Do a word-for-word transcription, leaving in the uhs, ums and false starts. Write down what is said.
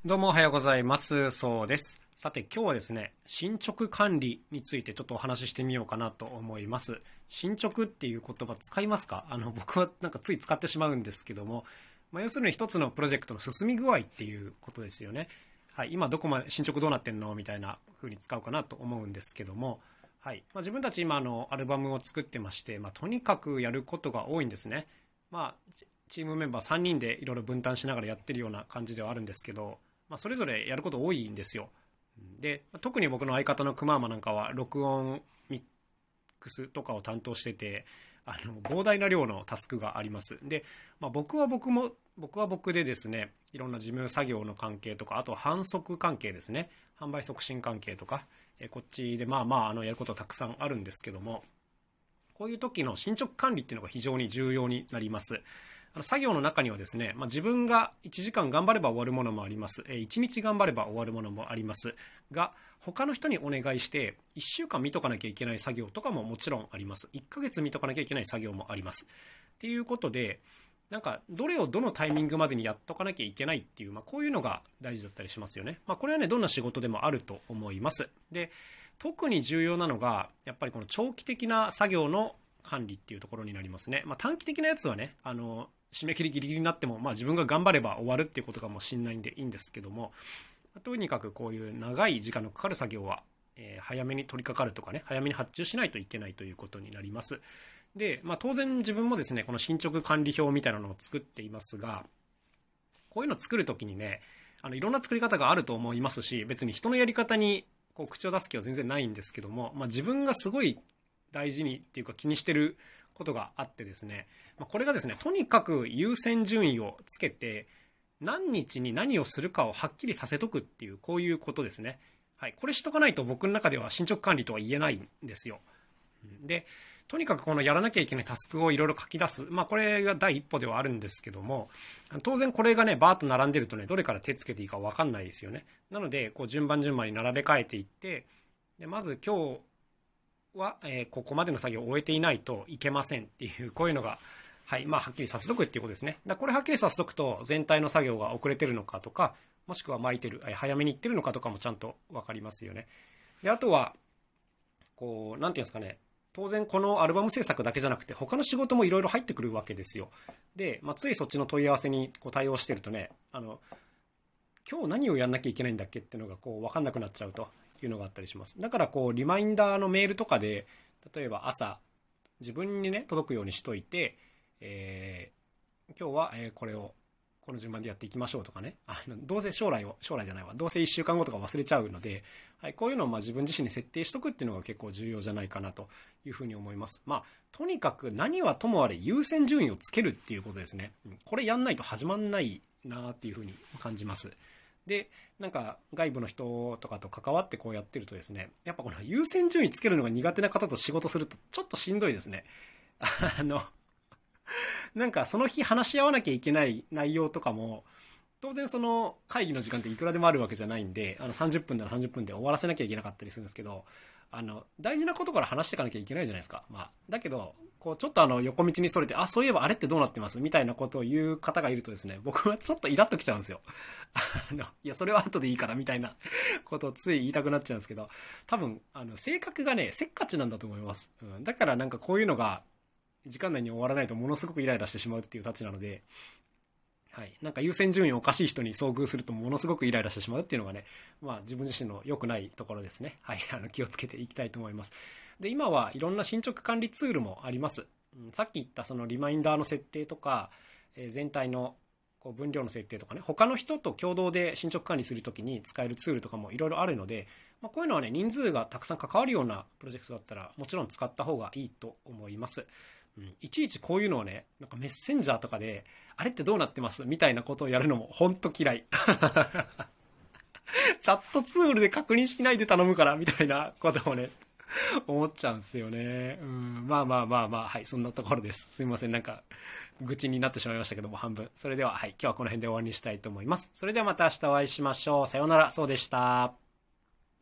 どうもおはようございます。そうです。さて今日はですね、進捗管理についてちょっとお話ししてみようかなと思います。進捗っていう言葉使いますか？あの僕はなんかつい使ってしまうんですけども、まあ、要するに一つのプロジェクトの進み具合っていうことですよね。はい、今どこまで進捗どうなってんのみたいな風に使うかなと思うんですけども、はい、まあ、自分たち今あのアルバムを作ってまして、まあ、とにかくやることが多いんですね。まあチームメンバーさんにんでいろいろ分担しながらやってるような感じではあるんですけど、まあ、それぞれやること多いんですよ。で特に僕の相方のクマーマなんかは録音ミックスとかを担当してて、あの膨大な量のタスクがあります。で、まあ、僕は僕も僕は僕でですね、いろんな事務作業の関係とか、あと販促関係ですね、販売促進関係とか、えこっちでまあまああのやることたくさんあるんですけども、こういう時の進捗管理っていうのが非常に重要になります。あの作業の中にはですね、まあ、自分がいちじかん頑張れば終わるものもあります。いちにち頑張れば終わるものもありますが、他の人にお願いしていっしゅうかん見とかなきゃいけない作業とかももちろんあります。いっかげつ見とかなきゃいけない作業もあります。っていうことで、なんかどれをどのタイミングまでにやっとかなきゃいけないっていう、まあ、こういうのが大事だったりしますよね。まあ、これはね、どんな仕事でもあると思います。で、特に重要なのがやっぱりこの長期的な作業の管理っていうところになりますね。まあ、短期的なやつはね、あの締め切りギリギリになっても、まあ、自分が頑張れば終わるっていうことかもしれないんでいいんですけども、とにかくこういう長い時間のかかる作業は、えー、早めに取り掛かるとかね、早めに発注しないといけないということになります。で、まあ、当然自分もですね、この進捗管理表みたいなのを作っていますが、こういうのを作るときにね、あのいろんな作り方があると思いますし、別に人のやり方にこう口を出す気は全然ないんですけども、まあ、自分がすごい大事にっていうか気にしてることがあってですね、これがですね、とにかく優先順位をつけて何日に何をするかをはっきりさせとくっていう、こういうことですね。はい、これしとかないと僕の中では進捗管理とは言えないんですよ。で、とにかくこのやらなきゃいけないタスクをいろいろ書き出す、まあこれが第一歩ではあるんですけども、当然これがねバーッと並んでるとね、どれから手つけていいか分かんないですよね。なのでこう順番順番に並べ替えていって、でまず今日は、えー、ここまでの作業を終えていないといけませんっていう、こういうのが、はいまあ、はっきりさせとくっていうことですね。だこれはっきりさせとくと全体の作業が遅れてるのかとか、もしくは巻いてる、早めにいってるのかとかもちゃんと分かりますよね。であとはこうなんていうんですかね、当然このアルバム制作だけじゃなくて他の仕事もいろいろ入ってくるわけですよ。で、まあ、ついそっちの問い合わせにこう対応してるとね、あの今日何をやんなきゃいけないんだっけっていうのがこう分かんなくなっちゃうというのがあったりします。だからこうリマインダーのメールとかで、例えば朝自分にね届くようにしといて、えー、今日はこれをこの順番でやっていきましょうとかね、あのどうせ将来を将来じゃないわどうせいっしゅうかんごとか忘れちゃうので、はい、こういうのをまあ自分自身に設定しとくっていうのが結構重要じゃないかなというふうに思います。まあとにかく何はともあれ優先順位をつけるっていうことですね。これやんないと始まんないなっていうふうに感じます。でなんか外部の人とかと関わってこうやってるとですね、やっぱこの優先順位つけるのが苦手な方と仕事するとちょっとしんどいですね。あのなんかその日話し合わなきゃいけない内容とかも当然その会議の時間っていくらでもあるわけじゃないんで、あのさんじゅっぷんならさんじゅっぷんで終わらせなきゃいけなかったりするんですけど、あの大事なことから話していかなきゃいけないじゃないですか。まあだけどこうちょっとあの横道にそれて、あそういえばあれってどうなってますみたいなことを言う方がいるとですね、僕はちょっとイラッときちゃうんですよ。あのいやそれは後でいいからみたいなことをつい言いたくなっちゃうんですけど、多分あの性格がねせっかちなんだと思います。うん、だからなんかこういうのが時間内に終わらないとものすごくイライラしてしまうっていうたちなので、はい、なんか優先順位おかしい人に遭遇するとものすごくイライラしてしまうっていうのがね、まあ自分自身の良くないところですね。はい、あの気をつけていきたいと思います。で、今はいろんな進捗管理ツールもあります。うん、さっき言ったそのリマインダーの設定とか、えー、全体のこう分量の設定とかね、他の人と共同で進捗管理するときに使えるツールとかもいろいろあるので、まあ、こういうのはね、人数がたくさん関わるようなプロジェクトだったらもちろん使った方がいいと思います。うん、いちいちこういうのをね、なんかメッセンジャーとかであれってどうなってますみたいなことをやるのも本当嫌い。チャットツールで確認しないで頼むからみたいなことをね思っちゃうんですよね。うん、まあまあまあまあ、はい、そんなところです。すいません、なんか愚痴になってしまいましたけども、半分。それでは、はい、今日はこの辺で終わりにしたいと思います。それではまた明日お会いしましょう。さようなら。そうでした。